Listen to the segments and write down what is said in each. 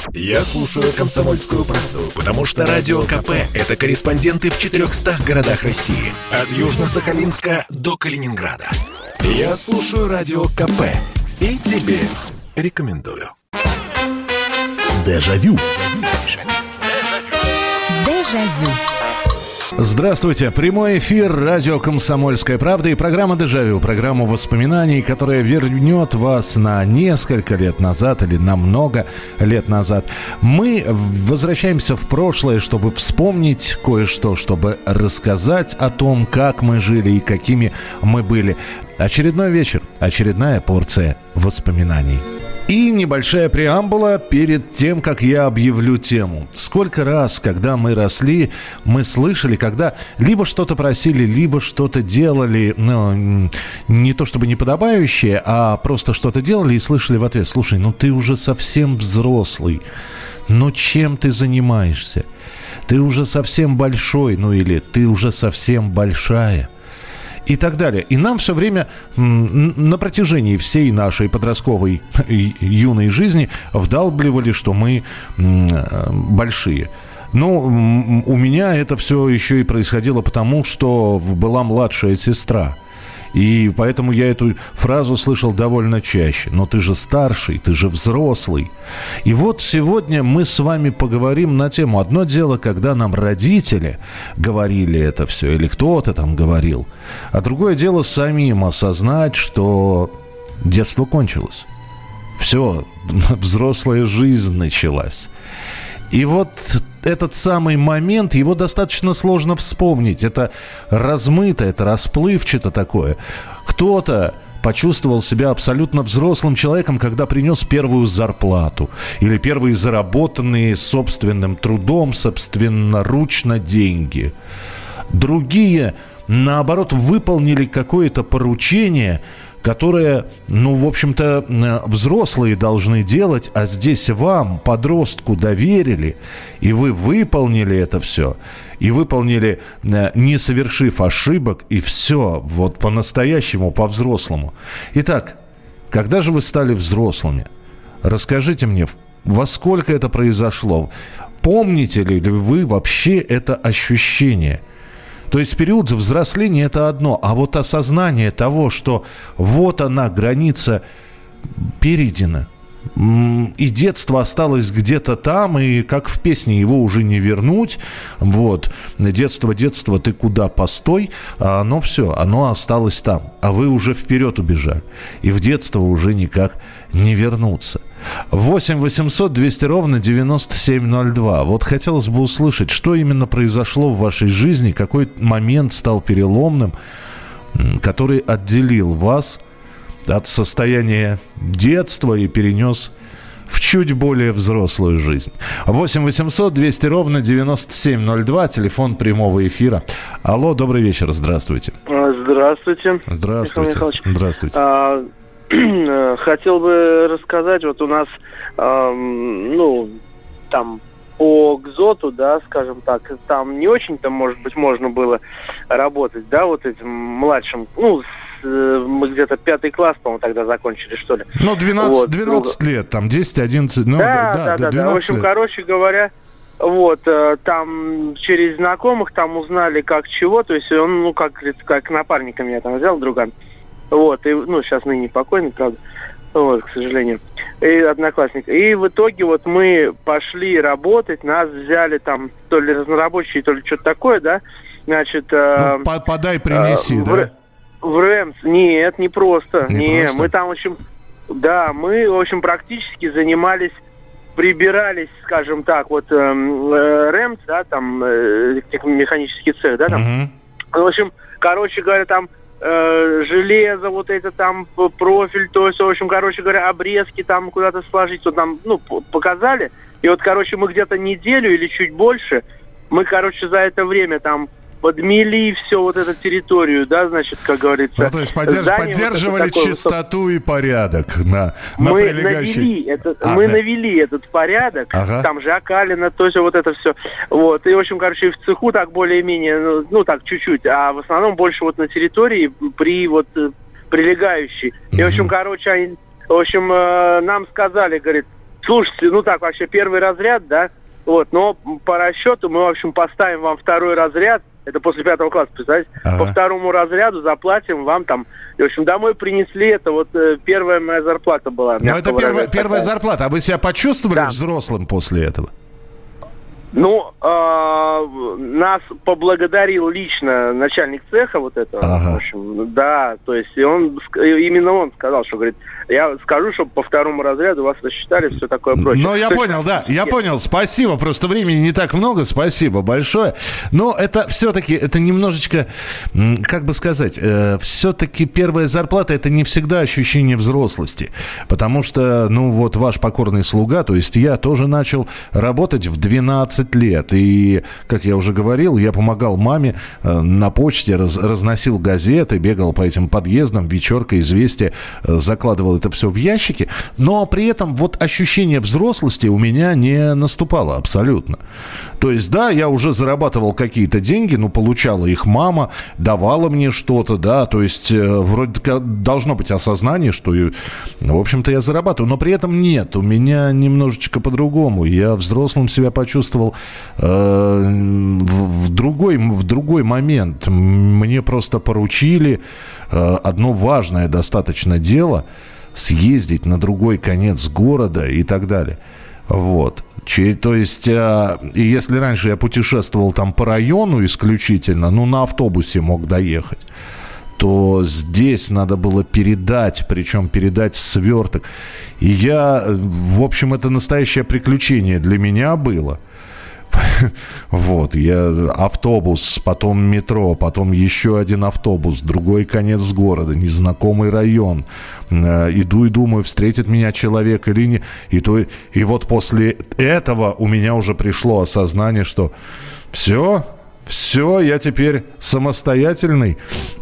Я слушаю «Комсомольскую правду», потому что Радио КП – это корреспонденты в 400 городах России. От Южно-Сахалинска до Калининграда. Я слушаю Радио КП и тебе рекомендую. Дежавю. Дежавю. Здравствуйте. Прямой эфир радио «Комсомольская правда» и программа «Дежавю». Программа воспоминаний, которая вернет вас на несколько лет назад или на много лет назад. Мы возвращаемся в прошлое, чтобы вспомнить кое-что, чтобы рассказать о том, как мы жили и какими мы были. Очередной вечер, очередная порция воспоминаний. И небольшая преамбула перед тем, как я объявлю тему. Сколько раз, когда мы росли, мы слышали, когда либо что-то просили, либо что-то делали, не то чтобы неподобающее, а просто что-то делали и слышали в ответ: слушай, ну ты уже совсем взрослый, ну чем ты занимаешься? Ты уже совсем большой, ну или ты уже совсем большая. И так далее. И нам все время на протяжении всей нашей подростковой юной жизни вдалбливали, что мы большие. Но у меня это все еще и происходило потому, что была младшая сестра. И поэтому я эту фразу слышал довольно чаще. Но ты же старший, ты же взрослый. И вот сегодня мы с вами поговорим на тему. Одно дело, когда нам родители говорили это все, или кто-то там говорил. А другое дело самим осознать, что детство кончилось. Все, взрослая жизнь началась. И вот этот самый момент, его достаточно сложно вспомнить. Это размыто, это расплывчато такое. Кто-то почувствовал себя абсолютно взрослым человеком, когда принес первую зарплату. Или первые заработанные собственным трудом, собственноручно деньги. Другие, наоборот, выполнили какое-то поручение, которое, в общем-то, взрослые должны делать, а здесь вам, подростку, доверили, и вы выполнили это все, и выполнили, не совершив ошибок, и все, вот по-настоящему, по-взрослому. Итак, когда же вы стали взрослыми? Расскажите мне, во сколько это произошло? Помните ли вы вообще это ощущение? То есть период взросления – это одно, а вот осознание того, что вот она, граница перейдена, и детство осталось где-то там, и как в песне его уже не вернуть. Вот. Детство, ты куда, постой. А оно все, оно осталось там. А вы уже вперед убежали. И в детство уже никак не вернуться. 8 800 200 ровно 9702. Вот хотелось бы услышать, что именно произошло в вашей жизни, какой момент стал переломным, который отделил вас от состояния детства и перенес в чуть более взрослую жизнь. 8 800 200 ровно 9702, телефон прямого эфира. Алло, добрый вечер, здравствуйте. Здравствуйте. Здравствуйте. Здравствуйте. Хотел бы рассказать, вот у нас, там по КЗОТу, да, скажем так, там не очень-то, может быть, можно было работать, да, вот этим младшим, мы где-то 5 класс, по-моему, тогда закончили, что ли. 12 лет, там, 10-11, да. В общем, лет. Короче говоря, вот, там через знакомых там узнали как чего, то есть он, как напарника меня там взял, друган. Вот, и, сейчас ныне покойный, правда, вот, к сожалению, и одноклассник. И в итоге вот мы пошли работать, нас взяли там то ли разнорабочие, то ли что-то такое, да, значит... подай, принеси, да? В РЭМС, нет, не просто, просто? Мы там, в общем, да, мы, в общем, практически занимались, прибирались, скажем так, вот РЭМС, да, там, механический цех, да, там, в общем, короче говоря, там, железо, вот это там, профиль, то есть, в общем, короче говоря, обрезки там куда-то сложить, вот нам, показали, и вот, короче, мы где-то неделю или чуть больше, мы, короче, за это время там подмели все вот эту территорию, да, значит, как говорится. То есть поддерживали вот чистоту и порядок на прилегающей... навели этот порядок, там же окалина, то есть вот это все. Вот, и, в общем, короче, в цеху так более-менее, так, чуть-чуть, а в основном больше вот на территории при вот прилегающей. И, в общем, короче, нам сказали, говорит, Слушайте, ну так, вообще первый разряд, да, вот, но по расчету мы, в общем, поставим вам второй разряд, это после 5 класса, представляете, по второму разряду заплатим вам там, и, в общем, домой принесли, это вот первая моя зарплата была. Ну, это первая зарплата, а вы себя почувствовали взрослым после этого? Ну, нас поблагодарил лично начальник цеха вот этого, в общем, да, то есть именно он сказал, что, говорит, я скажу, чтобы по второму разряду вас рассчитали, все такое прочее. Ну, я понял, да, я понял, спасибо, просто времени не так много, спасибо большое, но это все-таки, это немножечко, как бы сказать, все-таки первая зарплата, это не всегда ощущение взрослости, потому что, ну, вот ваш покорный слуга, то есть я тоже начал работать в 12 лет. И, как я уже говорил, я помогал маме на почте, разносил газеты, бегал по этим подъездам, вечерка, известия, закладывал это все в ящики. Но при этом вот ощущение взрослости у меня не наступало абсолютно. То есть, да, я уже зарабатывал какие-то деньги, но получала их мама, давала мне что-то, да, то есть вроде должно быть осознание, что, в общем-то, я зарабатываю. Но при этом нет, у меня немножечко по-другому. Я взрослым себя почувствовал в другой момент. Мне просто поручили одно важное достаточно дело — съездить на другой конец города и так далее. Вот. То есть, и если раньше я путешествовал там по району исключительно, ну, на автобусе мог доехать, то здесь надо было передать, причем передать сверток. И я, в общем, это настоящее приключение для меня было. Вот, автобус, потом метро, потом еще один автобус, другой конец города, незнакомый район. Иду и думаю, встретит меня человек или не. И вот после этого у меня уже пришло осознание, что все, я теперь самостоятельный.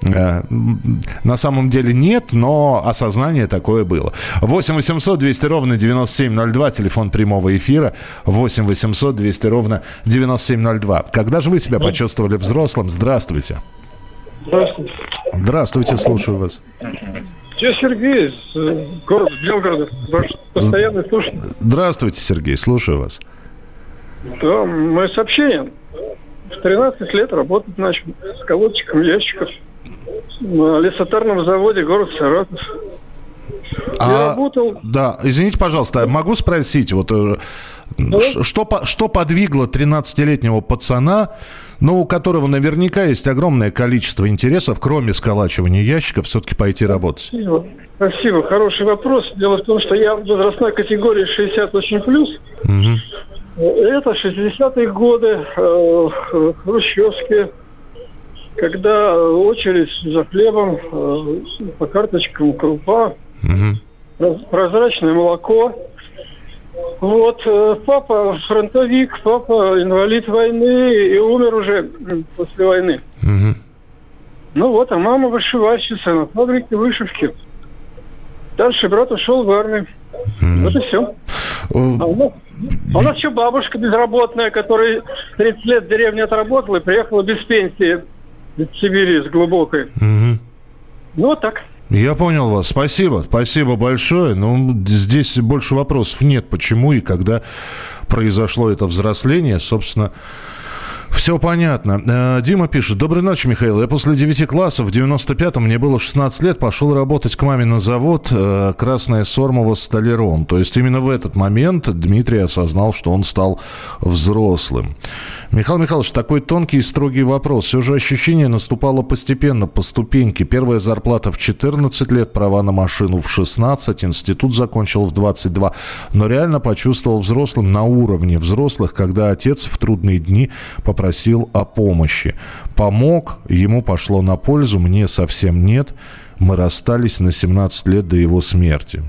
На самом деле нет, но осознание такое было. 8 800 200 ровно 9702, телефон прямого эфира. 8 800 200 ровно 9702. Когда же вы себя почувствовали взрослым? Здравствуйте. Здравствуйте. Здравствуйте, слушаю вас. Я Сергей из города Белгорода. Ваш постоянный слушатель. Здравствуйте, Сергей, слушаю вас. Да, мое сообщение. В 13 лет работать начал с колодчиком ящиков на лесотарном заводе город Саратов. Я работал... Да, извините, пожалуйста, могу спросить, вот что подвигло 13-летнего пацана, у которого наверняка есть огромное количество интересов, кроме сколачивания ящиков, все-таки пойти работать? Спасибо, хороший вопрос. Дело в том, что я в возрастной категории 60+. Угу. Это 60-е годы, хрущевские, когда очередь за хлебом, по карточкам крупа, прозрачное молоко. Вот, папа фронтовик, папа инвалид войны и умер уже после войны. Ну вот, а мама вышивальщица на фабрике вышивки. Дальше брат ушел в армию. Вот и все. У нас еще бабушка безработная, которая 30 лет в деревне отработала и приехала без пенсии из Сибири, с глубокой. Ну, вот так. Я понял вас. Спасибо большое. Здесь больше вопросов нет. Почему и когда произошло это взросление, собственно... Все понятно. Дима пишет. Доброй ночи, Михаил. Я после 9 классов в 95-м, мне было 16 лет, пошел работать к маме на завод «Красная Сормово» столяром. То есть именно в этот момент Дмитрий осознал, что он стал взрослым. Михаил Михайлович, такой тонкий и строгий вопрос. Все же ощущение наступало постепенно, по ступеньке. Первая зарплата в 14 лет, права на машину в 16, институт закончил в 22. Но реально почувствовал взрослым на уровне взрослых, когда отец в трудные дни попросил о помощи. Помог, ему пошло на пользу, мне совсем нет. Мы расстались на 17 лет до его смерти.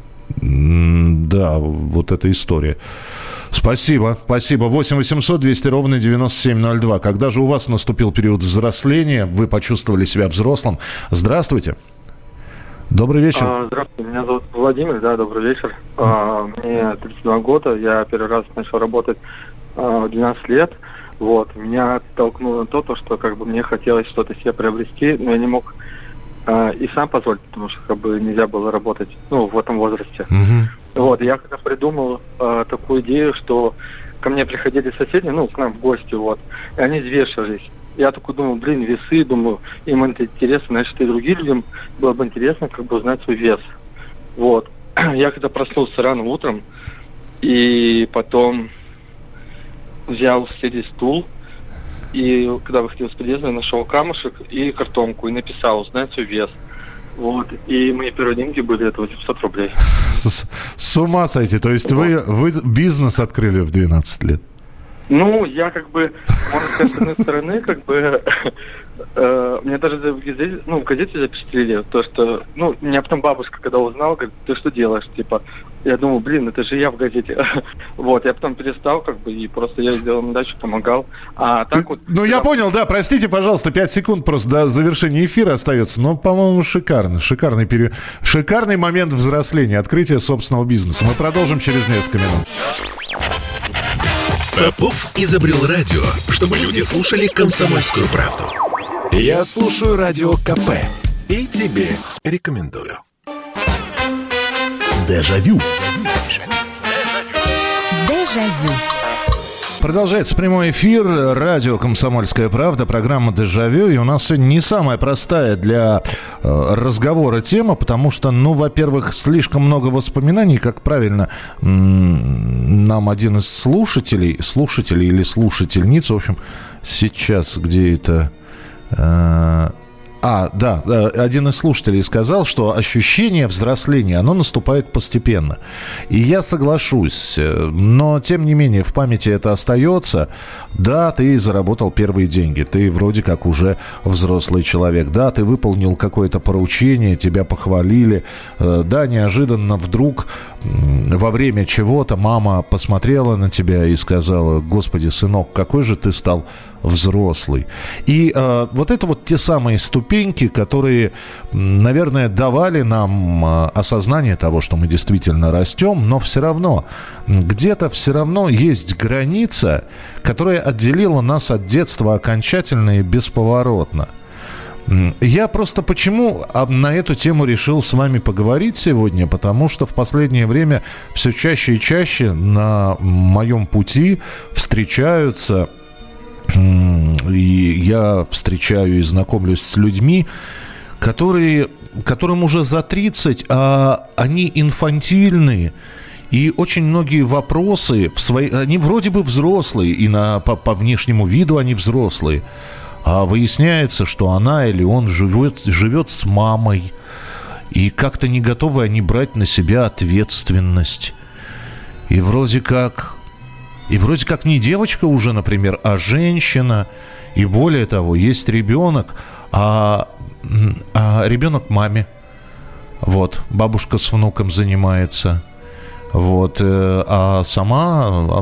Да, вот эта история. Спасибо. 8 800 200 ровно 9702. Когда же у вас наступил период взросления? Вы почувствовали себя взрослым? Здравствуйте. Добрый вечер. Здравствуйте, меня зовут Владимир, добрый вечер. Мне 32 года, я первый раз начал работать в 12 лет. Вот, меня толкнуло на то, что мне хотелось что-то себе приобрести, но я не мог и сам позволить, потому что нельзя было работать в этом возрасте. Вот, я когда придумал такую идею, что ко мне приходили соседи, к нам в гости, вот, и они взвешивались. Я такой думал, весы, думаю, им это интересно, значит, и другим людям было бы интересно как бы узнать свой вес. Вот. Я когда проснулся рано утром, и потом взял в соседей стул, и когда выходил с подъезда, нашел камушек и картонку, и написал «Узнать свой вес». Вот. И мои первые деньги были это 800 рублей. С ума сойти. То есть вы бизнес открыли в 12 лет? Я как бы, можно сказать, с одной стороны, как бы, мне даже в газете запечатлели то, что, меня потом бабушка, когда узнала, говорит, ты что делаешь, типа, я думал, это же я в газете. Вот, я потом перестал, как бы, и просто я сделал на дачу, помогал. А так вот... я понял, да, простите, пожалуйста, 5 секунд просто до завершения эфира остается, но, по-моему, шикарный момент взросления, открытия собственного бизнеса. Мы продолжим через несколько минут. Попов изобрел радио, чтобы люди слушали «Комсомольскую правду». Я слушаю Радио КП и тебе рекомендую. Дежавю. Дежавю. Продолжается прямой эфир. Радио «Комсомольская правда», программа «Дежавю». И у нас сегодня не самая простая для разговора тема, потому что, во-первых, слишком много воспоминаний. Как правильно нам один из слушателей или слушательниц, в общем, сейчас где это... один из слушателей сказал, что ощущение взросления, оно наступает постепенно. И я соглашусь, но, тем не менее, в памяти это остается. Да, ты заработал первые деньги, ты вроде как уже взрослый человек. Да, ты выполнил какое-то поручение, тебя похвалили. Да, неожиданно вдруг во время чего-то мама посмотрела на тебя и сказала: «Господи, сынок, какой же ты стал взрослый». И вот это вот те самые ступеньки, которые, наверное, давали нам осознание того, что мы действительно растем, но все равно, где-то все равно есть граница, которая отделила нас от детства окончательно и бесповоротно. Я просто почему на эту тему решил с вами поговорить сегодня, потому что в последнее время все чаще и чаще на моем пути встречаются, и я встречаю и знакомлюсь с людьми, которым уже за 30, а они инфантильные. И очень многие вопросы, они вроде бы взрослые, и по внешнему виду они взрослые. А выясняется, что она или он живет с мамой. И как-то не готовы они брать на себя ответственность. И вроде как не девочка уже, например, а женщина. И более того, есть ребенок, а ребенок маме. Вот, бабушка с внуком занимается. Вот, а сама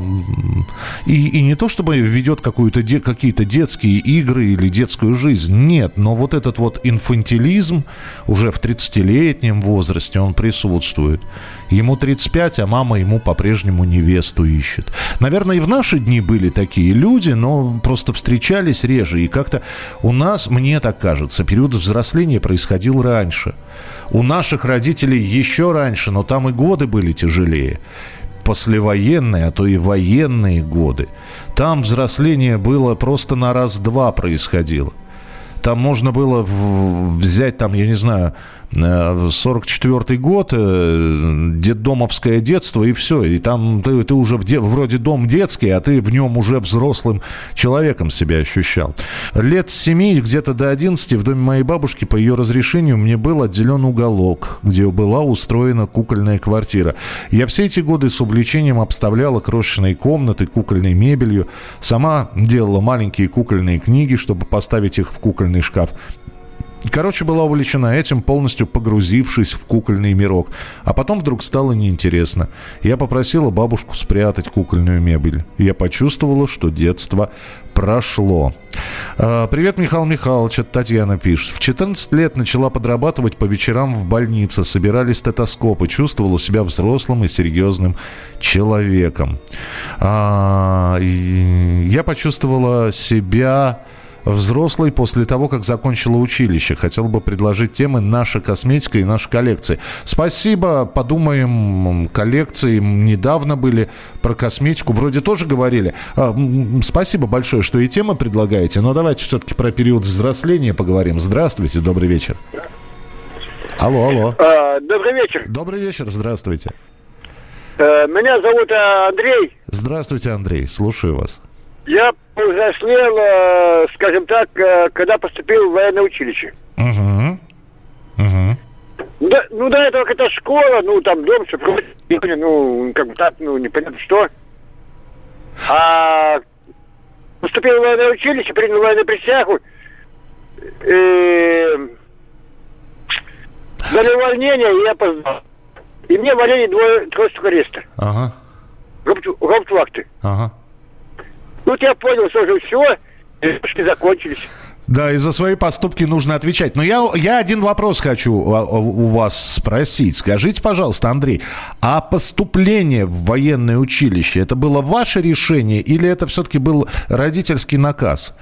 и не то чтобы ведет какие-то детские игры или детскую жизнь, нет, но вот этот вот инфантилизм уже в 30-летнем возрасте он присутствует. Ему 35, а мама ему по-прежнему невесту ищет. Наверное, и в наши дни были такие люди, но просто встречались реже. И как-то у нас, мне так кажется, период взросления происходил раньше. У наших родителей еще раньше, но там и годы были тяжелее. Послевоенные, а то и военные годы. Там взросление было просто на раз-два происходило. Там можно было взять, я не знаю, 44-й год, детдомовское детство, и все. И там ты уже вроде дом детский, а ты в нем уже взрослым человеком себя ощущал. Лет с 7, где-то до 11, в доме моей бабушки по ее разрешению мне был отделен уголок, где была устроена кукольная квартира. Я все эти годы с увлечением обставляла крошечные комнаты кукольной мебелью. Сама делала маленькие кукольные книги, чтобы поставить их в кукольный шкаф. Короче, была увлечена этим, полностью погрузившись в кукольный мирок. А потом вдруг стало неинтересно. Я попросила бабушку спрятать кукольную мебель. Я почувствовала, что детство прошло. Привет, Михаил Михайлович, это Татьяна пишет. В 14 лет начала подрабатывать по вечерам в больнице. Собирали стетоскопы. Чувствовала себя взрослым и серьезным человеком. Я почувствовала себя взрослой после того, как закончила училище. Хотел бы предложить темы «Наша косметика» и «Наши коллекции». Спасибо, подумаем, коллекции недавно были про косметику. Вроде тоже говорили. Спасибо большое, что и темы предлагаете, но давайте все-таки про период взросления поговорим. Здравствуйте, добрый вечер. Алло. Добрый вечер. Добрый вечер, здравствуйте. Меня зовут Андрей. Здравствуйте, Андрей, слушаю вас. Я повзрослел, скажем так, когда поступил в военное училище. Угу. Да, до этого это школа, там дом, все, непонятно что. А поступил в военное училище, принял военную присягу, дали увольнение, и я опоздал. И мне валили трое штук ареста. Ага. Гауптвахты. Ага. Тут я понял, что уже все, и закончились. Да, и за свои поступки нужно отвечать. Но я один вопрос хочу у вас спросить. Скажите, пожалуйста, Андрей, а поступление в военное училище, это было ваше решение или это все-таки был родительский наказ?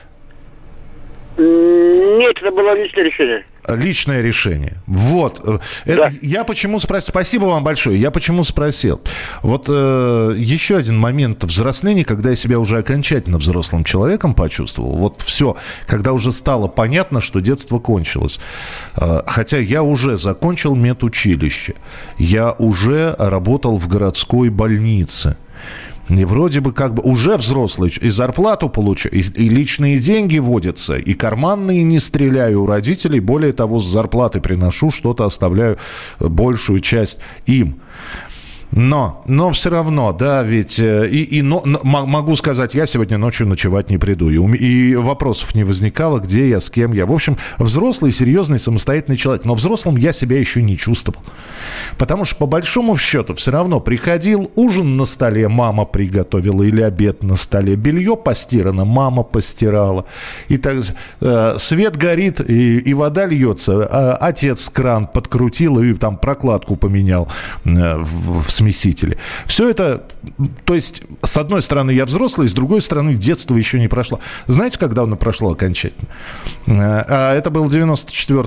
Нет, это было личное решение. Личное решение. Вот. Да. Я почему спросил? Спасибо вам большое. Я почему спросил? Вот еще один момент взросления, когда я себя уже окончательно взрослым человеком почувствовал. Вот все. Когда уже стало понятно, что детство кончилось. Хотя я уже закончил медучилище. Я уже работал в городской больнице. И вроде бы как бы уже взрослый, и зарплату получаю, и личные деньги водятся, и карманные не стреляю у родителей. Более того, с зарплаты приношу что-то, оставляю большую часть им. Но все равно, да, ведь могу сказать, я сегодня ночью ночевать не приду. И вопросов не возникало, где я, с кем я. В общем, взрослый, серьезный, самостоятельный человек. Но взрослым я себя еще не чувствовал. Потому что, по большому счету, все равно приходил, ужин на столе мама приготовила или обед на столе, белье постирано, мама постирала. И так свет горит, и вода льется. Отец кран подкрутил и там прокладку поменял в смесители. Все это, то есть, с одной стороны, я взрослый, с другой стороны, детство еще не прошло. Знаете, когда оно прошло окончательно? Это был конец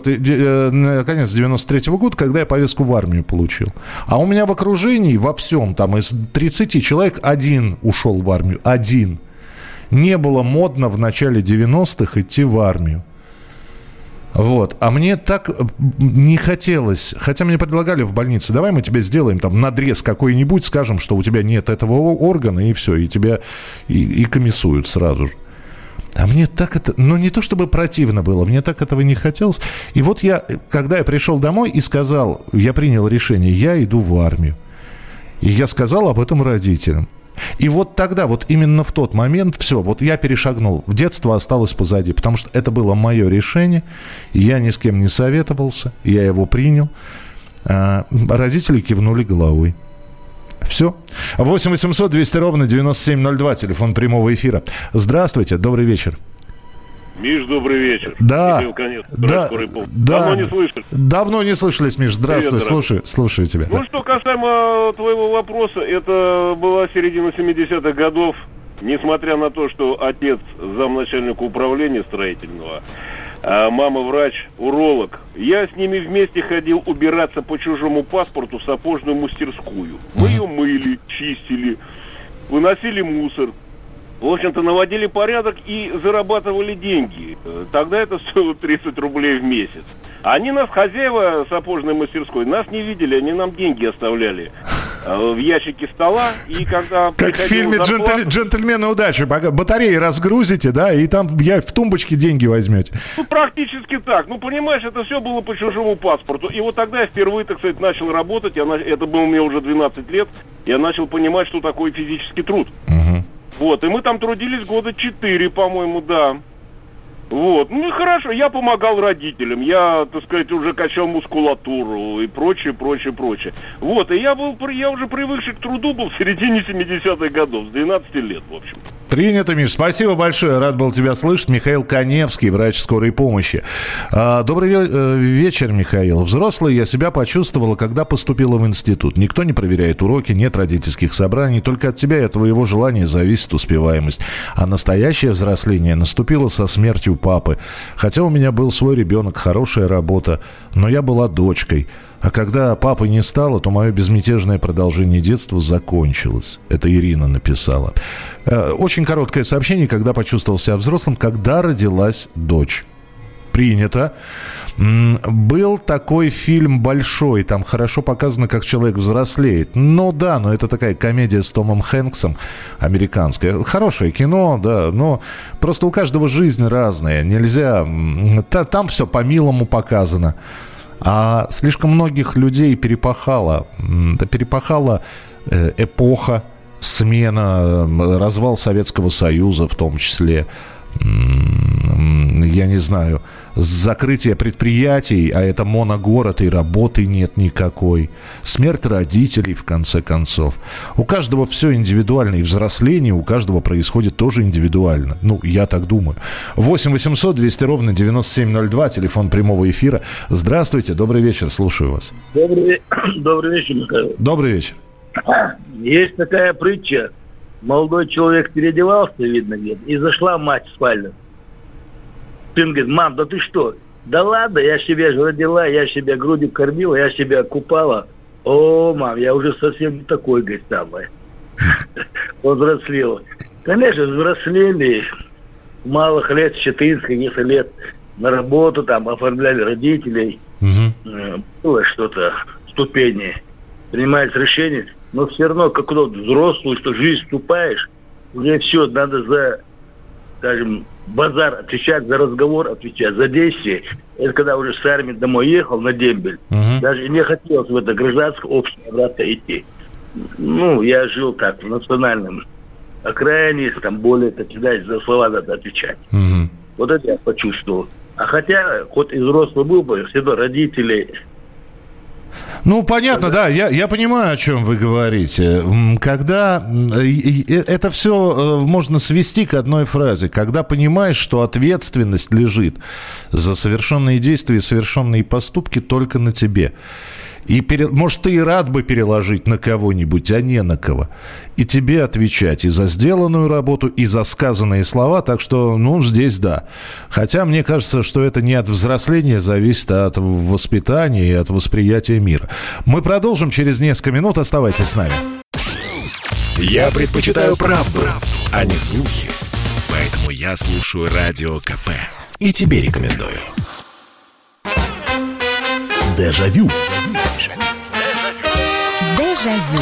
93-го года, когда я повестку в армию получил. А у меня в окружении, во всем, там, из 30 человек, один ушел в армию. Один. Не было модно в начале 90-х идти в армию. Вот. А мне так не хотелось, хотя мне предлагали в больнице, давай мы тебе сделаем там надрез какой-нибудь, скажем, что у тебя нет этого органа, и все, и тебя и комиссуют сразу же. А мне так это, не то чтобы противно было, мне так этого не хотелось. И вот когда я пришел домой и сказал, я принял решение, я иду в армию. И я сказал об этом родителям. И вот тогда, вот именно в тот момент, все, вот я перешагнул. В детство осталось позади, потому что это было мое решение. Я ни с кем не советовался, я его принял. Родители кивнули головой. Все. 8 800 200 ровно 9702, телефон прямого эфира. Здравствуйте, добрый вечер. Миш, добрый вечер. Да. Давно не слышали. Давно не слышались, Миш. Здравствуй, слушаю тебя. Ну, что касаемо твоего вопроса, это была середина 70-х годов. Несмотря на то, что отец замначальника управления строительного, а мама врач, уролог, я с ними вместе ходил убираться по чужому паспорту в сапожную мастерскую. Мы ее мыли, чистили, выносили мусор. В общем-то, наводили порядок и зарабатывали деньги. Тогда это стоило 30 рублей в месяц. Они нас, хозяева сапожной мастерской, нас не видели, они нам деньги оставляли в ящике стола. И когда как в фильме «Джентльмены удачи». Батареи разгрузите, да, и там в тумбочке деньги возьмете. Практически так. Понимаешь, это все было по чужому паспорту. И вот тогда я впервые, так сказать, начал работать. Это было мне уже 12 лет. Я начал понимать, что такое физический труд. Вот, и мы там трудились года 4, по-моему, да. Вот, и хорошо, я помогал родителям, я, так сказать, уже качал мускулатуру и прочее. Вот, и я уже привыкший к труду был в середине 70-х годов, с 12 лет, в общем. Принято, Миш. Спасибо большое. Рад был тебя слышать. Михаил Каневский, врач скорой помощи. Добрый вечер, Михаил. Взрослой я себя почувствовала, когда поступила в институт. Никто не проверяет уроки, нет родительских собраний. Только от тебя и от твоего желания зависит успеваемость. А настоящее взросление наступило со смертью папы. Хотя у меня был свой ребенок, хорошая работа, но я была дочкой. А когда папы не стало, то мое безмятежное продолжение детства закончилось. Это Ирина написала. Очень короткое сообщение, когда почувствовал себя взрослым, когда родилась дочь. Принято. Был такой фильм «Большой». Там хорошо показано, как человек взрослеет. Ну да, но это такая комедия с Томом Хэнксом, американская. Хорошее кино, да, но просто у каждого жизнь разная. Нельзя... Там все по-милому показано. А слишком многих людей перепахала эпоха, смена, развал Советского Союза в том числе, я не знаю, закрытие предприятий, а это моногород, и работы нет никакой, смерть родителей, в конце концов. У каждого все индивидуально, и взросление у каждого происходит тоже индивидуально. Ну, я так думаю. 8 800 200 ровно 9702, телефон прямого эфира. Здравствуйте, добрый вечер, слушаю вас. Добрый вечер, Михаил. Добрый вечер. Есть такая притча. Молодой человек переодевался, видно, нет, и зашла мать в спальню. Сын говорит: мам, да ты что? Да ладно, я себя же родила, я себя грудью кормила, я себя купала. О, мам, я уже совсем не такой, говорит, самое. Он взрослел. Конечно, взрослели. Малых лет, с 14 каких-то лет на работу, там, оформляли родителей. Было что-то, ступени. Принимается решение. Но все равно, как кто-то взрослый, что в жизнь вступаешь, уже все, надо за, скажем, базар отвечать, за разговор отвечать, за действие. Это когда уже с армии домой ехал на дембель. Даже не хотелось в это гражданское общество обратно идти. Ну, я жил так, в национальном окраине, там более, так сказать, за слова надо отвечать. Вот это я почувствовал. А хотя, хоть и взрослый был бы, все равно родители... Ну, понятно, да, я понимаю, о чем вы говорите. Когда это все можно свести к одной фразе. Когда понимаешь, что ответственность лежит за совершенные действия и совершенные поступки только на тебе. И, может, ты и рад бы переложить на кого-нибудь, а не на кого. И тебе отвечать и за сделанную работу, и за сказанные слова. Так что, ну, здесь да. Хотя мне кажется, что это не от взросления зависит, а от воспитания и от восприятия мира. Мы продолжим через несколько минут. Оставайтесь с нами. Я предпочитаю правду, а не слухи. Поэтому я слушаю Радио КП. И тебе рекомендую. Дежавю. Дежавю.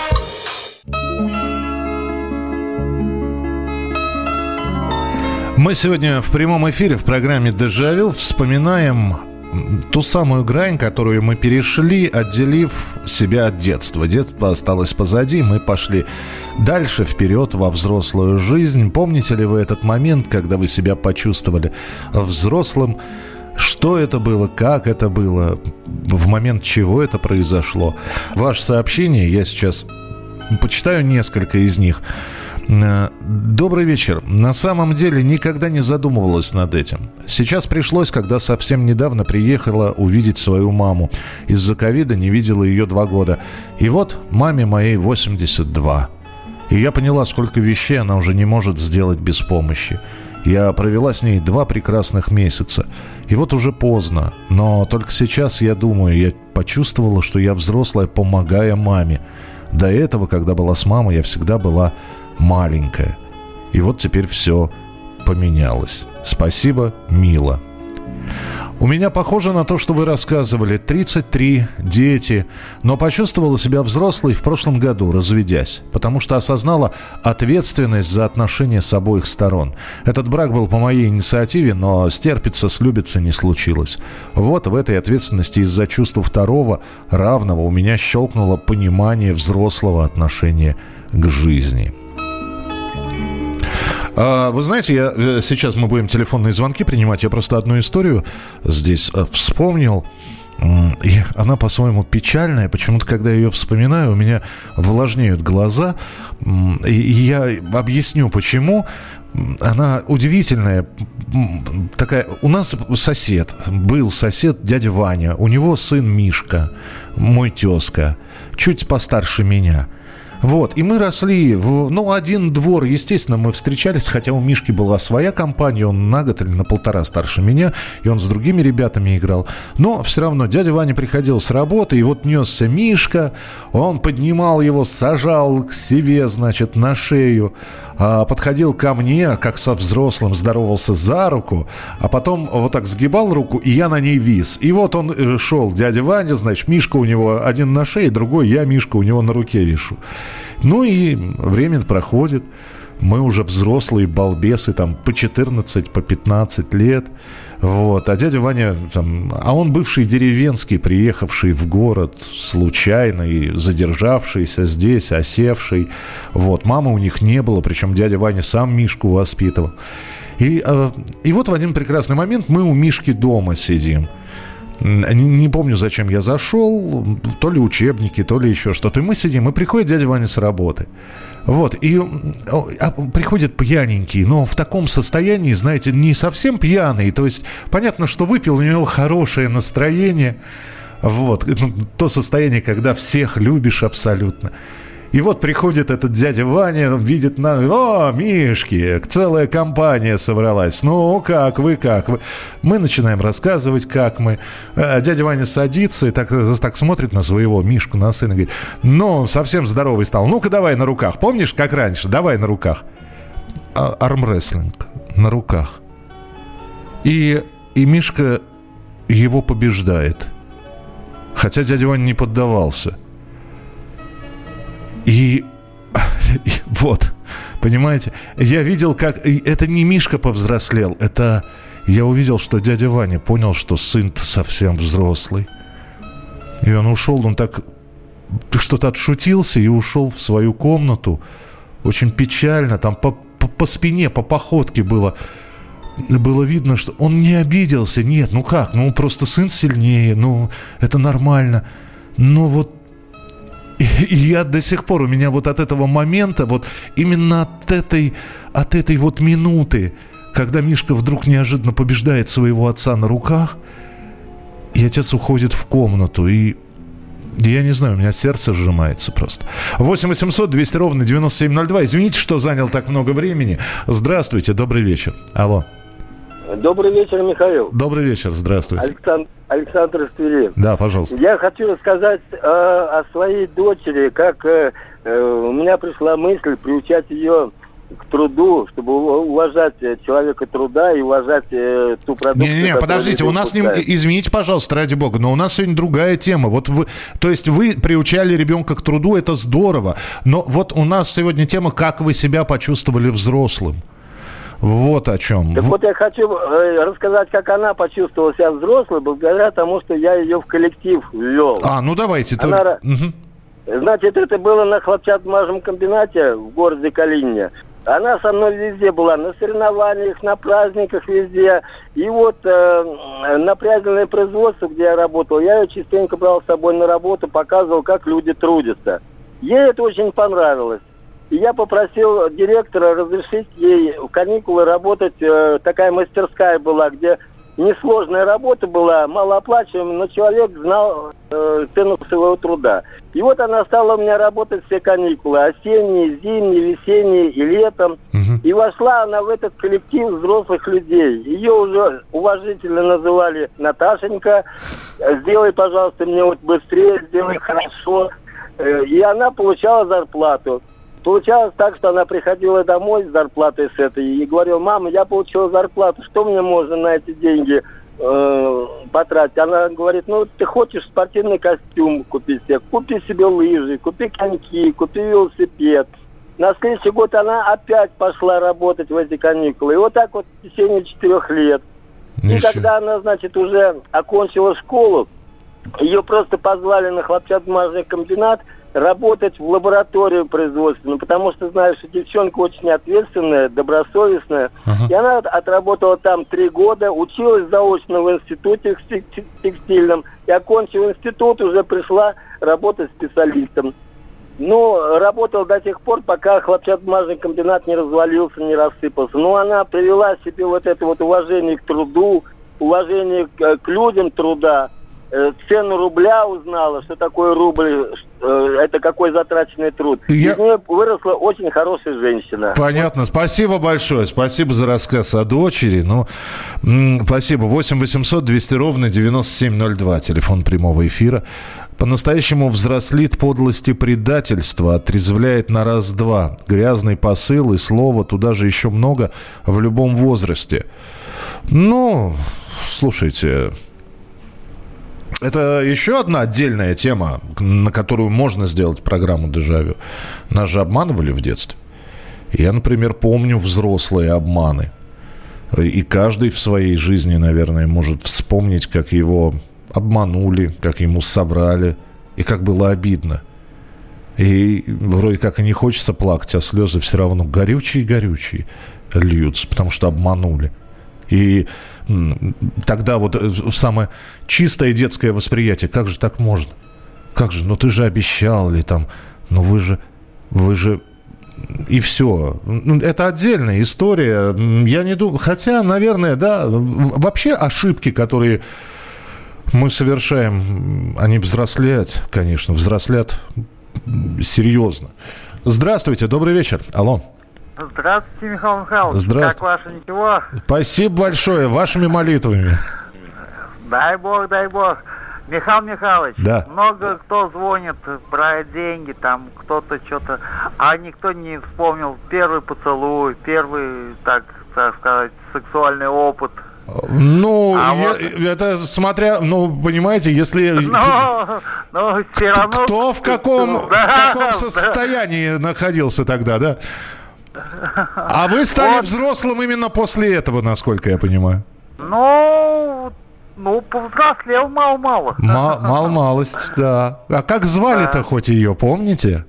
Мы сегодня в прямом эфире в программе «Дежавю» вспоминаем ту самую грань, которую мы перешли, отделив себя от детства. Детство осталось позади, мы пошли дальше, вперед, во взрослую жизнь. Помните ли вы этот момент, когда вы себя почувствовали взрослым? Что это было, как это было, в момент чего это произошло? Ваше сообщение, я сейчас почитаю несколько из них. Добрый вечер. На самом деле никогда не задумывалась над этим. Сейчас пришлось, когда совсем недавно приехала увидеть свою маму. Из-за ковида не видела ее 2 года. И вот маме моей 82. И я поняла, сколько вещей она уже не может сделать без помощи. Я провела с ней 2 прекрасных месяца. И вот уже поздно. Но только сейчас я думаю, я почувствовала, что я взрослая, помогая маме. До этого, когда была с мамой, я всегда была маленькая. И вот теперь все поменялось. Спасибо, Мила. У меня похоже на то, что вы рассказывали. 33, дети. Но почувствовала себя взрослой в прошлом году, разведясь. Потому что осознала ответственность за отношения с обоих сторон. Этот брак был по моей инициативе, но стерпится, слюбиться не случилось. Вот в этой ответственности из-за чувства второго, равного, у меня щелкнуло понимание взрослого отношения к жизни. Вы знаете, сейчас мы будем телефонные звонки принимать. Я просто одну историю здесь вспомнил. И она по-своему печальная. Почему-то, когда я ее вспоминаю, у меня влажнеют глаза. И я объясню, почему. Она удивительная. Такая. У нас был сосед, дядя Ваня. У него сын Мишка, мой тезка, чуть постарше меня. Вот, и мы росли один двор, естественно, мы встречались, хотя у Мишки была своя компания, он на год или на 1,5 старше меня, и он с другими ребятами играл. Но все равно дядя Ваня приходил с работы, и вот несся Мишка, он поднимал его, сажал к себе, значит, на шею, подходил ко мне, как со взрослым, здоровался за руку, а потом вот так сгибал руку, и я на ней вис. И вот он шел, дядя Ваня, значит, Мишка у него один на шее, другой я, Мишка, у него на руке вишу. Ну и время проходит, мы уже взрослые балбесы, там, по 14, по 15 лет, вот, а дядя Ваня, он бывший деревенский, приехавший в город случайно и задержавшийся здесь, осевший, вот, мамы у них не было, причем дядя Ваня сам Мишку воспитывал. И вот в один прекрасный момент мы у Мишки дома сидим. Не помню, зачем я зашел, то ли учебники, то ли еще что-то. И мы сидим, и приходит дядя Ваня с работы. Вот, и приходит пьяненький, но в таком состоянии, знаете, не совсем пьяный. То есть, понятно, что выпил, у него хорошее настроение. Вот, то состояние, когда всех любишь абсолютно. И вот приходит этот дядя Ваня, видит, Мишки, целая компания собралась. Ну, как вы? Мы начинаем рассказывать, как мы. Дядя Ваня садится и так смотрит на своего Мишку, на сына, и говорит, совсем здоровый стал. Ну-ка, давай на руках. Помнишь, как раньше? Давай на руках. Армрестлинг на руках. И Мишка его побеждает. Хотя дядя Ваня не поддавался. И вот, понимаете, я видел, как... Это не Мишка повзрослел, это... Я увидел, что дядя Ваня понял, что сын-то совсем взрослый. И он ушел, он так что-то отшутился и ушел в свою комнату. Очень печально, там по спине, по походке было видно, что он не обиделся. Нет, просто сын сильнее, это нормально. Но вот и я до сих пор, у меня вот от этого момента, вот именно от этой вот минуты, когда Мишка вдруг неожиданно побеждает своего отца на руках, и отец уходит в комнату, и я не знаю, у меня сердце сжимается просто. 8 800 200 ровно 9702. Извините, что занял так много времени. Здравствуйте, добрый вечер. Алло. Добрый вечер, Михаил. Добрый вечер, здравствуйте. Александр из Твери. Да, пожалуйста. Я хочу рассказать о своей дочери, как у меня пришла мысль приучать ее к труду, чтобы уважать человека труда и уважать ту продукцию. Не, подождите, у нас, извините, пожалуйста, ради бога, но у нас сегодня другая тема. Вот вы приучали ребенка к труду, это здорово, но вот у нас сегодня тема, как вы себя почувствовали взрослым. Вот о чем. Так вот я хочу рассказать, как она почувствовала себя взрослой, благодаря тому, что я ее в коллектив ввел. Давайте. Значит, это было на хлопчатобумажном комбинате в городе Калинине. Она со мной везде была, на соревнованиях, на праздниках, везде. И вот на прядельное производство, где я работал, я ее частенько брал с собой на работу, показывал, как люди трудятся. Ей это очень понравилось. И я попросил директора разрешить ей в каникулы работать. Такая мастерская была, где несложная работа была, малооплачиваемая, но человек знал цену своего труда. И вот она стала у меня работать все каникулы. Осенние, зимние, весенние и летом. И вошла она в этот коллектив взрослых людей. Ее уже уважительно называли Наташенька. Сделай, пожалуйста, мне вот быстрее, сделай хорошо. И она получала зарплату. Получалось так, что она приходила домой с зарплатой с этой и говорила: мама, я получила зарплату, что мне можно на эти деньги потратить? Она говорит: ты хочешь спортивный костюм купить себе, купи себе лыжи, купи коньки, купи велосипед. На следующий год она опять пошла работать в эти каникулы. И вот так вот в течение 4 лет. И когда она, значит, уже окончила школу, ее просто позвали на хлопчатобумажный комбинат работать в лабораторию производственную, потому что знаю, что девчонка очень ответственная, добросовестная. И она отработала там 3 года, училась заочно в институте текстильном, и окончив институт, уже пришла работать специалистом. Ну, работал до тех пор, пока хлопчатобумажный комбинат не развалился, не рассыпался. Но она привела себе вот это вот уважение к труду, уважение к людям труда, цену рубля узнала, что такое рубль, это какой затраченный труд. Из нее выросла очень хорошая женщина. Понятно. Спасибо большое. Спасибо за рассказ о дочери. Ну, спасибо. 8 800 200 ровно 9702. Телефон прямого эфира. По-настоящему взрослит подлость и предательство, отрезвляет на раз-два. Грязный посыл и слово, туда же еще много в любом возрасте. Ну, слушайте, это еще одна отдельная тема, на которую можно сделать программу «Дежавю». Нас же обманывали в детстве. Я, например, помню взрослые обманы. И каждый в своей жизни, наверное, может вспомнить, как его обманули, как ему соврали, и как было обидно. И вроде как и не хочется плакать, а слезы все равно горючие льются, потому что обманули. И тогда вот самое чистое детское восприятие, как же так можно? Как же, ну ты же обещал, или там, ну вы же, и все. Это отдельная история. Я не думаю, хотя, наверное, да, вообще ошибки, которые мы совершаем, они взрослеют, конечно, взрослят серьезно. Здравствуйте, добрый вечер. Алло. Здравствуйте, Михаил Михайлович. Здравствуйте. Как ваше ничего? Спасибо большое, вашими молитвами. Дай бог, дай бог. Михаил Михайлович, да. Много кто звонит про деньги, там кто-то что-то, а никто не вспомнил первый поцелуй, первый, так сказать, сексуальный опыт. Ну, это смотря, ну, понимаете, если... Но все равно... Кто в каком состоянии находился тогда, да? А вы стали взрослым именно после этого, насколько я понимаю. Ну, повзрослел мало-мало. Мало-малость, да. А как звали-то хоть ее, помните?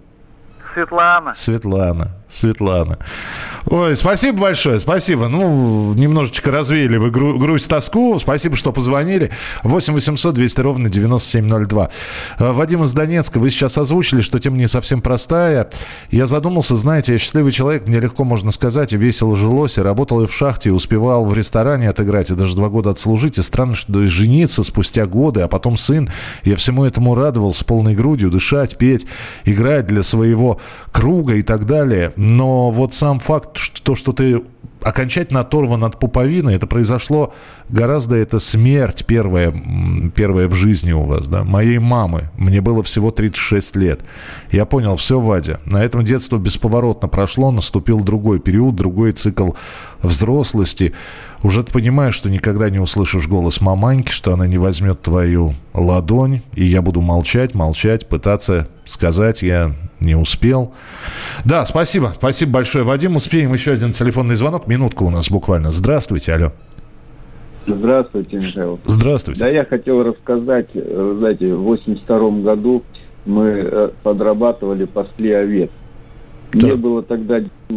Светлана. Ой, спасибо большое, спасибо. Ну, немножечко развеяли вы грусть, тоску. Спасибо, что позвонили. 8 800 200 ровно 9702. Вадим из Донецка, вы сейчас озвучили, что тема не совсем простая. Я задумался, знаете, я счастливый человек, мне легко можно сказать, и весело жилось, и работал и в шахте, и успевал в ресторане отыграть, и даже 2 года отслужить. И странно, что жениться спустя годы, а потом сын. Я всему этому радовался полной грудью, дышать, петь, играть для своего круга и так далее. Но вот сам факт, что ты окончательно оторван от пуповины, это произошло гораздо, это смерть первая в жизни у вас, да, моей мамы. Мне было всего 36 лет. Я понял, все, Вадя, на этом детство бесповоротно прошло, наступил другой период, другой цикл взрослости. Уже ты понимаешь, что никогда не услышишь голос маманьки, что она не возьмет твою ладонь, и я буду молчать, пытаться сказать, я не успел. Да, спасибо большое, Вадим. Успеем еще один телефонный звонок. Минутку у нас буквально. Здравствуйте, алло. Здравствуйте, Михаил. Здравствуйте. Да, я хотел рассказать, знаете, в 82 году мы подрабатывали, пасли овец. Да. Мне было тогда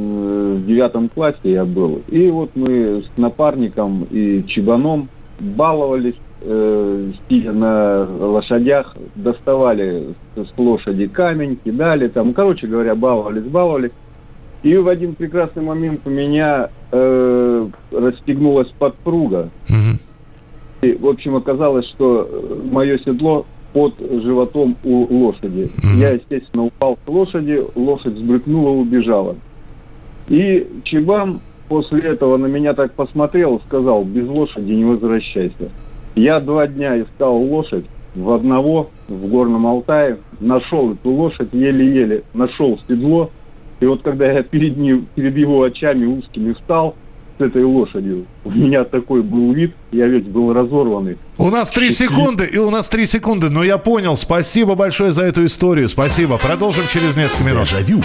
в 9 классе я был. И вот мы с напарником и чебаном баловались, сидя на лошадях, доставали с лошади камень, кидали там, короче говоря, баловались. И в один прекрасный момент у меня расстегнулась подпруга. И, в общем, оказалось, что мое седло под животом у лошади. Я, естественно, упал с лошади, лошадь взбрыкнула, убежала. И чебан после этого на меня так посмотрел, сказал: без лошади не возвращайся. Я 2 дня искал лошадь в одного в Горном Алтае, нашел эту лошадь, еле-еле нашел седло. И вот когда я перед его очами узкими встал с этой лошадью, у меня такой был вид, я весь был разорванный. У нас 3 секунды, но я понял. Спасибо большое за эту историю. Спасибо. Продолжим через несколько минут. Дежавю.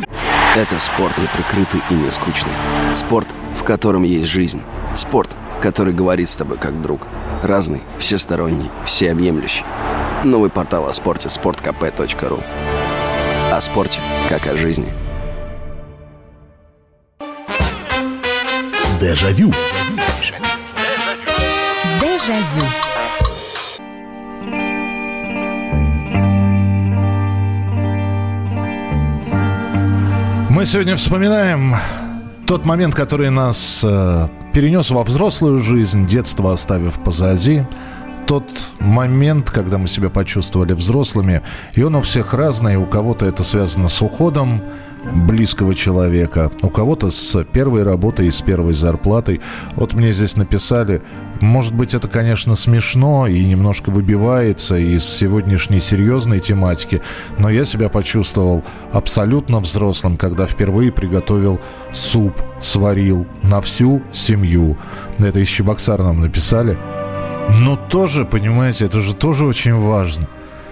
Это спорт неприкрытый и не скучный. Спорт, в котором есть жизнь. Спорт, который говорит с тобой как друг. Разный, всесторонний, всеобъемлющий. Новый портал о спорте – sportkp.ru. О спорте, как о жизни. Дежавю. Дежавю. Мы сегодня вспоминаем тот момент, который нас перенес во взрослую жизнь, детство оставив позади. Тот момент, когда мы себя почувствовали взрослыми. И он у всех разный. У кого-то это связано с уходом близкого человека, у кого-то с первой работой и с первой зарплатой. Вот мне здесь написали, может быть, это, конечно, смешно и немножко выбивается из сегодняшней серьезной тематики, но я себя почувствовал абсолютно взрослым, когда впервые приготовил суп, сварил на всю семью. Это из Чебоксар нам написали. Но тоже, понимаете, это же тоже очень важно.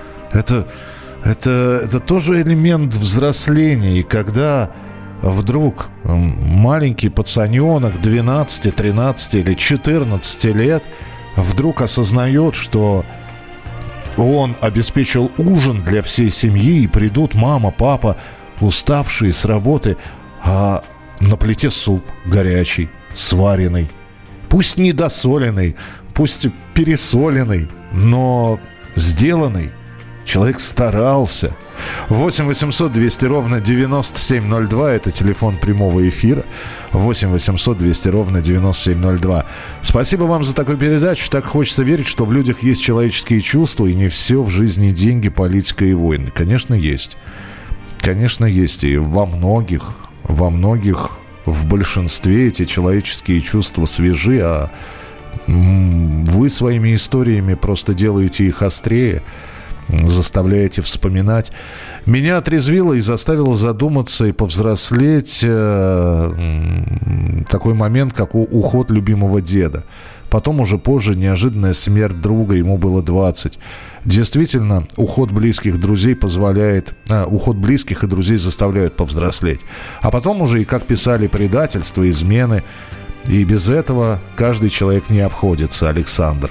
Это тоже элемент взросления. И когда вдруг маленький пацаненок 12, 13 или 14 лет вдруг осознает, что он обеспечил ужин для всей семьи, и придут мама, папа, уставшие с работы, а на плите суп горячий, сваренный, пусть недосоленный, пусть пересоленный, но сделанный. Человек старался. 8 800 200 ровно 9702. Это телефон прямого эфира. 8 800 200 ровно 9702. Спасибо вам за такую передачу. Так хочется верить, что в людях есть человеческие чувства, и не все в жизни деньги, политика и войны. Конечно, есть. Конечно, есть. И во многих, в большинстве эти человеческие чувства свежи, а вы своими историями просто делаете их острее, заставляете вспоминать. Меня отрезвило и заставило задуматься и повзрослеть такой момент, как уход любимого деда. Потом уже позже неожиданная смерть друга, ему было 20. Действительно, уход близких друзей уход близких и друзей заставляют повзрослеть. А потом уже, и как писали, предательство, измены. И без этого каждый человек не обходится. Александр.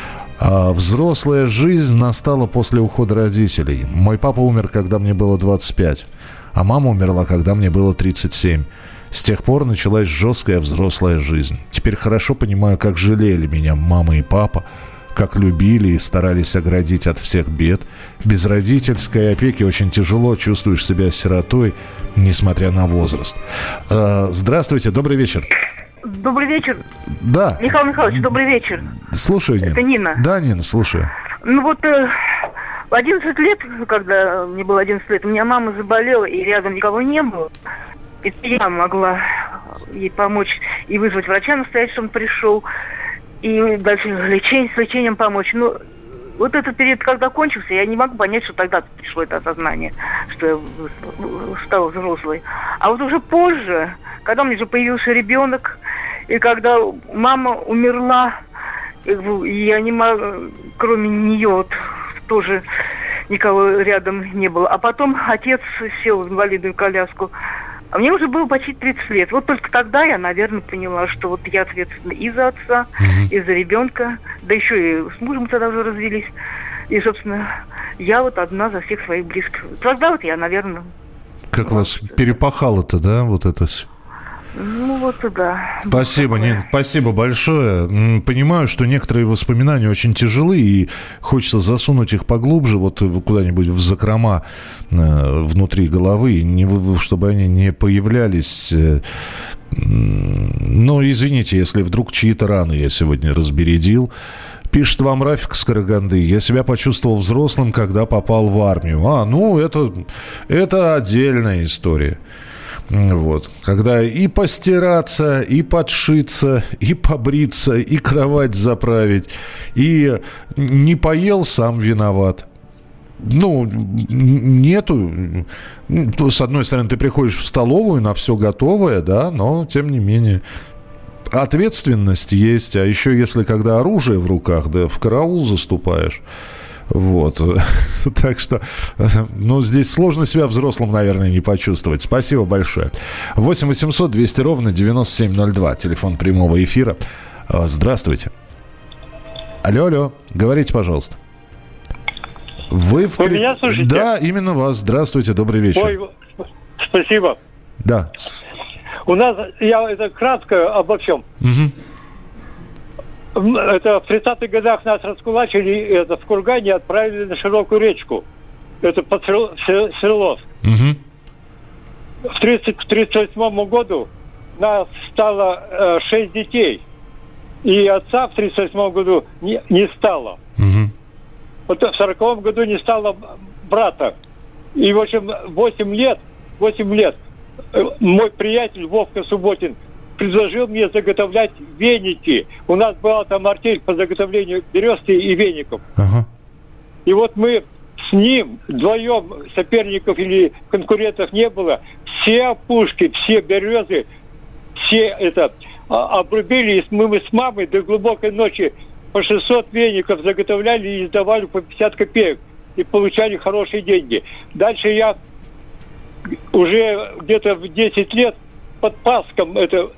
Взрослая жизнь настала после ухода родителей. Мой папа умер, когда мне было 25, а мама умерла, когда мне было 37. С тех пор началась жесткая взрослая жизнь. Теперь хорошо понимаю, как жалели меня мама и папа, как любили и старались оградить от всех бед. Без родительской опеки очень тяжело, чувствуешь себя сиротой, несмотря на возраст. Здравствуйте, добрый вечер. Добрый вечер. Да. Михаил Михайлович, добрый вечер. Слушаю, Нина. Это Нина. Да, Нина, слушаю. Ну вот в 11 лет, когда мне было 11 лет, у меня мама заболела, и рядом никого не было. И я могла ей помочь и вызвать врача настоять, чтобы он пришел, и дальше с лечением помочь. Но вот этот период, когда кончился, я не могу понять, что тогда пришло это осознание, что я стала взрослой. А вот уже позже, когда у меня уже появился ребенок, и когда мама умерла, и я не могла, кроме нее, вот, тоже никого рядом не было. А потом отец сел в инвалидную коляску. А мне уже было почти 30 лет. Вот только тогда я, наверное, поняла, что вот я ответственна и за отца, и за ребенка. Да еще и с мужем тогда уже развелись. И, собственно, я вот одна за всех своих близких. Тогда вот я, наверное... Как вас перепахало-то, да, вот это все? Ну вот, да. Спасибо, Нин, спасибо большое. Понимаю, что некоторые воспоминания очень тяжелы, и хочется засунуть их поглубже, вот куда-нибудь в закрома внутри головы, чтобы они не появлялись. Но извините, если вдруг чьи-то раны я сегодня разбередил. Пишет вам Рафик с Караганды. Я себя почувствовал взрослым, когда попал в армию. Это отдельная история. Вот. Когда и постираться, и подшиться, и побриться, и кровать заправить, и не поел, сам виноват. Нету. С одной стороны, ты приходишь в столовую на все готовое, да, но тем не менее ответственность есть. А еще если когда оружие в руках, да, в караул заступаешь. Вот. Так что, здесь сложно себя взрослым, наверное, не почувствовать. Спасибо большое. 8 800 200 ровно 9702. Телефон прямого эфира. Здравствуйте. Алло. Говорите, пожалуйста. Вы меня слышите? Да, именно вас. Здравствуйте, добрый вечер. Ой, спасибо. Да. У нас, я это кратко обо всем. Это в 30-х годах нас раскулачили, это в Кургане отправили на Широкую речку. Это под Свердловск. В 1938 году нас стало 6 детей. И отца в 1938 году не стало. Вот в 1940 году не стало брата. И, в общем, 8 лет мой приятель Вовка Субботин предложил мне заготовлять веники. У нас была там артель по заготовлению бересты и веников. И вот мы с ним вдвоем, соперников или конкурентов не было, все опушки, все березы, все это обрубили, и мы с мамой до глубокой ночи по 600 веников заготовляли и издавали по 50 копеек. И получали хорошие деньги. Дальше я уже где-то в 10 лет под Паском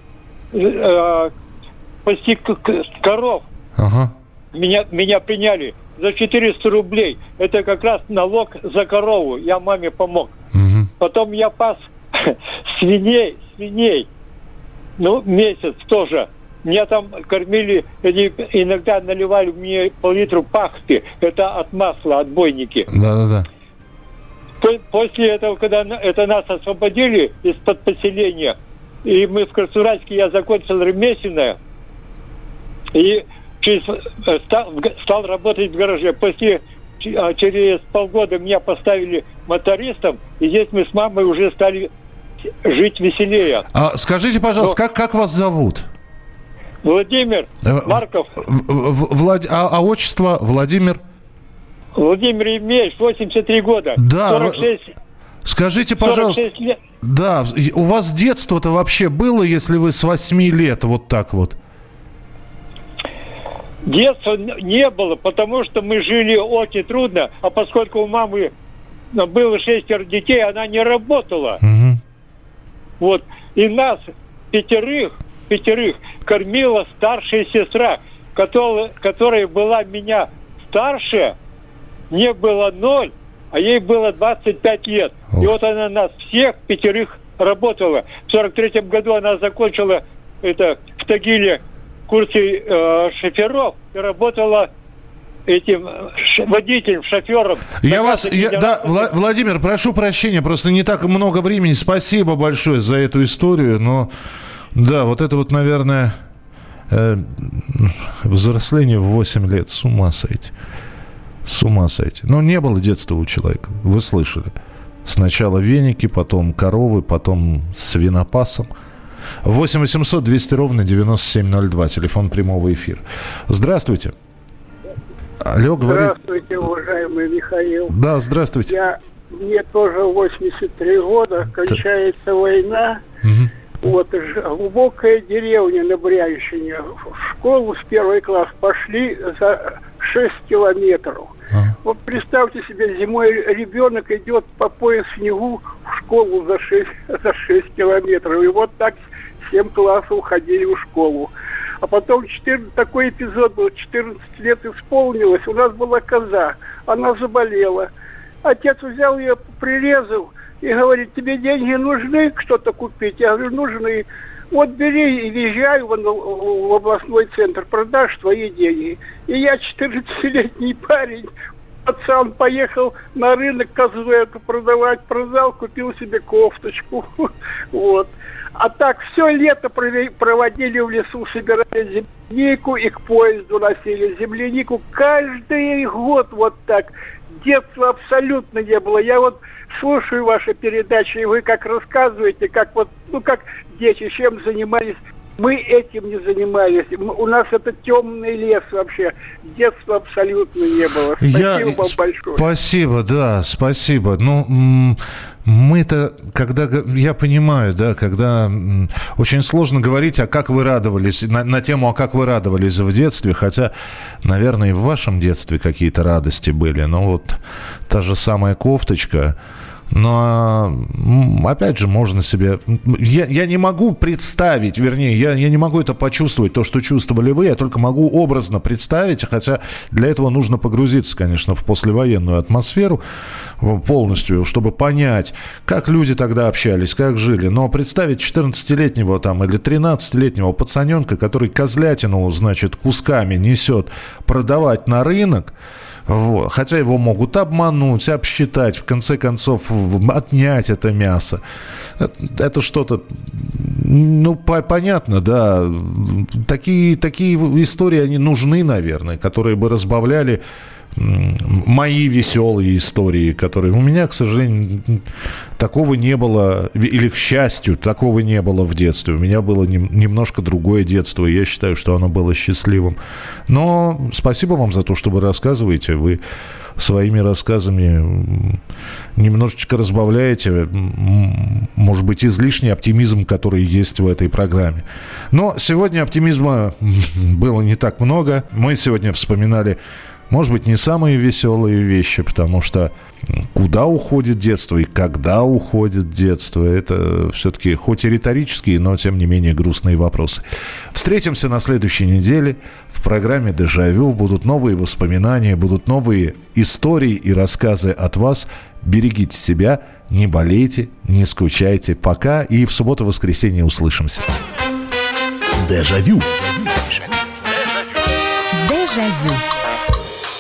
пасти коров. Меня приняли за 400 рублей. Это как раз налог за корову. Я маме помог. Потом я пас свиней. Ну, месяц тоже. Меня там кормили, они иногда наливали мне пол-литру пахты. Это от масла, отбойники. Да. После этого, когда это нас освободили из-под поселения, и мы в Красноуральске, я закончил ремесленное, и стал работать в гараже. Через полгода меня поставили мотористом, и здесь мы с мамой уже стали жить веселее. Скажите, пожалуйста, как вас зовут? Владимир Марков. А отчество Владимир? Владимир Евгеньевич, 83 года. Да. 46, скажите, пожалуйста. 46 лет. Да, у вас детство-то вообще было, если вы с 8 лет вот так вот? Детства не было, потому что мы жили очень трудно, а поскольку у мамы было 6 детей, она не работала. Вот. И нас пятерых кормила старшая сестра, которая была меня старше, мне было 0, а ей было 25 лет. И вот она нас всех пятерых работала. В 43-м году она закончила в Тагиле курсы шоферов и работала этим водителем, шофером. Владимир, прошу прощения, просто не так много времени. Спасибо большое за эту историю, но да, вот это вот, наверное, взросление в 8 лет, с ума сойти. Но не было детства у человека, вы слышали. Сначала веники, потом коровы, потом свинопасом. 8 800 200 ровно 9702, телефон прямого эфира. Здравствуйте. Алло, говорите. Здравствуйте, уважаемый Михаил. Да, здравствуйте. Мне тоже 83 года, кончается война. Вот, глубокая деревня на Брянщине. В школу с 1 класс пошли за 6 километров. Вот представьте себе, зимой ребенок идет по пояс в снегу в школу за 6 километров. И вот так 7 классов ходили в школу. А потом такой эпизод был, 14 лет исполнилось, у нас была коза, она заболела. Отец взял ее, прирезал и говорит: тебе деньги нужны что-то купить? Я говорю: нужны. Вот бери и езжай в областной центр, продашь твои деньги. И я 14-летний парень, пацан, поехал на рынок козу эту продавать, продал, купил себе кофточку. Вот. А так все лето проводили в лесу, собирали землянику и к поезду носили землянику. Каждый год вот так. Детства абсолютно не было. Я вот слушаю ваши передачи, и вы как рассказываете, как вот, как дети чем занимались. Мы этим не занимались. У нас это темный лес вообще. Детства абсолютно не было. Спасибо вам большое. Спасибо, да, спасибо. Ну, мы-то, когда, я понимаю, да, когда очень сложно говорить, а как вы радовались, на тему, а как вы радовались в детстве, хотя, наверное, и в вашем детстве какие-то радости были. Но вот та же самая кофточка, Но, опять же, можно себе... Я не могу представить, вернее, я не могу это почувствовать, то, что чувствовали вы, я только могу образно представить, хотя для этого нужно погрузиться, конечно, в послевоенную атмосферу полностью, чтобы понять, как люди тогда общались, как жили. Но представить 14-летнего там или 13-летнего пацаненка, который козлятину, значит, кусками несет продавать на рынок, вот. Хотя его могут обмануть, обсчитать, в конце концов отнять это мясо. Это что-то, ну, понятно, да. Такие истории, они нужны, наверное, которые бы разбавляли мои веселые истории, которые... У меня, к сожалению, такого не было, или, к счастью, такого не было в детстве. У меня было немножко другое детство, и я считаю, что оно было счастливым. Но спасибо вам за то, что вы рассказываете. Вы своими рассказами немножечко разбавляете, может быть, излишний оптимизм, который есть в этой программе. Но сегодня оптимизма было не так много. Мы сегодня вспоминали, может быть, не самые веселые вещи, потому что куда уходит детство и когда уходит детство, это все-таки хоть и риторические, но тем не менее грустные вопросы. Встретимся на следующей неделе в программе «Дежавю». Будут новые воспоминания, будут новые истории и рассказы от вас. Берегите себя, не болейте, не скучайте. Пока, и в субботу-воскресенье услышимся. Дежавю. Дежавю.